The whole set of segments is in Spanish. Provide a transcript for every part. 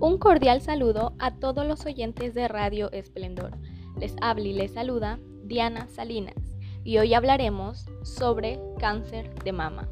Un cordial saludo a todos los oyentes de Radio Esplendor. Les habla y les saluda Diana Salinas y hoy hablaremos sobre cáncer de mama.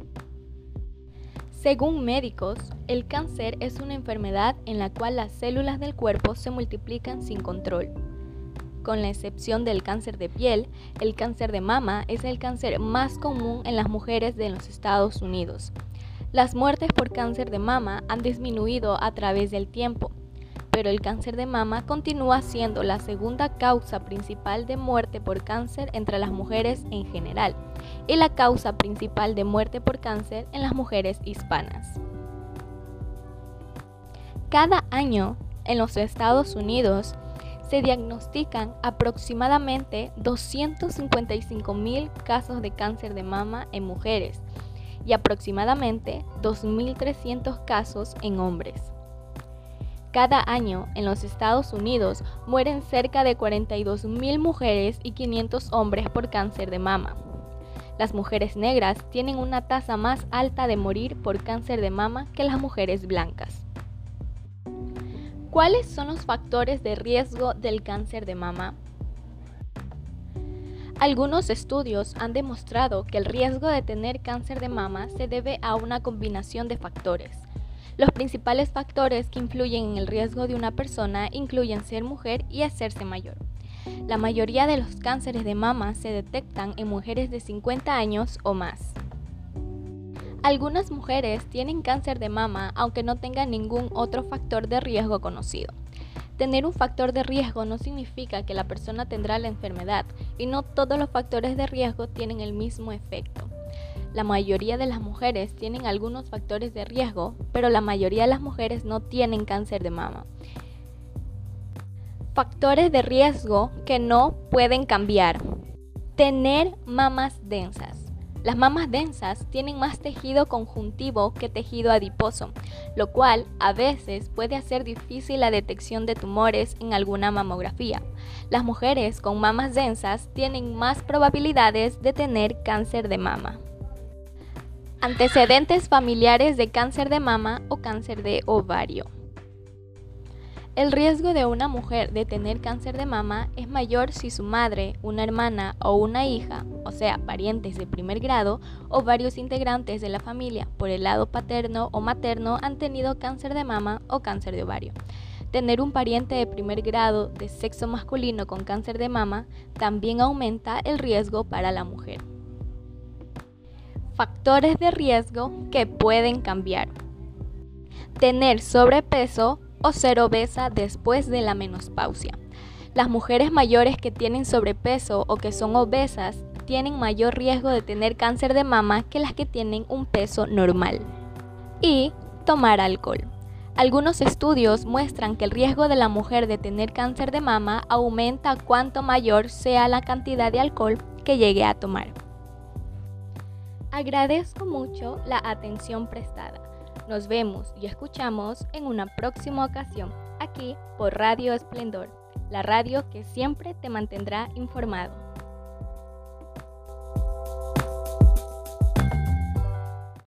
Según médicos, el cáncer es una enfermedad en la cual las células del cuerpo se multiplican sin control. Con la excepción del cáncer de piel, el cáncer de mama es el cáncer más común en las mujeres de los Estados Unidos. Las muertes por cáncer de mama han disminuido a través del tiempo, pero el cáncer de mama continúa siendo la segunda causa principal de muerte por cáncer entre las mujeres en general y la causa principal de muerte por cáncer en las mujeres hispanas. Cada año en los Estados Unidos se diagnostican aproximadamente 255,000 casos de cáncer de mama en mujeres y aproximadamente 2.300 casos en hombres. Cada año en los Estados Unidos mueren cerca de 42,000 mujeres y 500 hombres por cáncer de mama. Las mujeres negras tienen una tasa más alta de morir por cáncer de mama que las mujeres blancas. ¿Cuáles son los factores de riesgo del cáncer de mama? Algunos estudios han demostrado que el riesgo de tener cáncer de mama se debe a una combinación de factores. Los principales factores que influyen en el riesgo de una persona incluyen ser mujer y hacerse mayor. La mayoría de los cánceres de mama se detectan en mujeres de 50 años o más. Algunas mujeres tienen cáncer de mama aunque no tengan ningún otro factor de riesgo conocido. Tener un factor de riesgo no significa que la persona tendrá la enfermedad y no todos los factores de riesgo tienen el mismo efecto. La mayoría de las mujeres tienen algunos factores de riesgo, pero la mayoría de las mujeres no tienen cáncer de mama. Factores de riesgo que no pueden cambiar. Tener mamas densas. Las mamas densas tienen más tejido conjuntivo que tejido adiposo, lo cual a veces puede hacer difícil la detección de tumores en alguna mamografía. Las mujeres con mamas densas tienen más probabilidades de tener cáncer de mama. Antecedentes familiares de cáncer de mama o cáncer de ovario. El riesgo de una mujer de tener cáncer de mama es mayor si su madre, una hermana o una hija, o sea, parientes de primer grado, o varios integrantes de la familia por el lado paterno o materno han tenido cáncer de mama o cáncer de ovario. Tener un pariente de primer grado de sexo masculino con cáncer de mama también aumenta el riesgo para la mujer. Factores de riesgo que pueden cambiar. Tener sobrepeso o ser obesa después de la menopausia. Las mujeres mayores que tienen sobrepeso o que son obesas tienen mayor riesgo de tener cáncer de mama que las que tienen un peso normal. Y tomar alcohol. Algunos estudios muestran que el riesgo de la mujer de tener cáncer de mama aumenta cuanto mayor sea la cantidad de alcohol que llegue a tomar. Agradezco mucho la atención prestada. Nos vemos y escuchamos en una próxima ocasión, aquí por Radio Esplendor, la radio que siempre te mantendrá informado.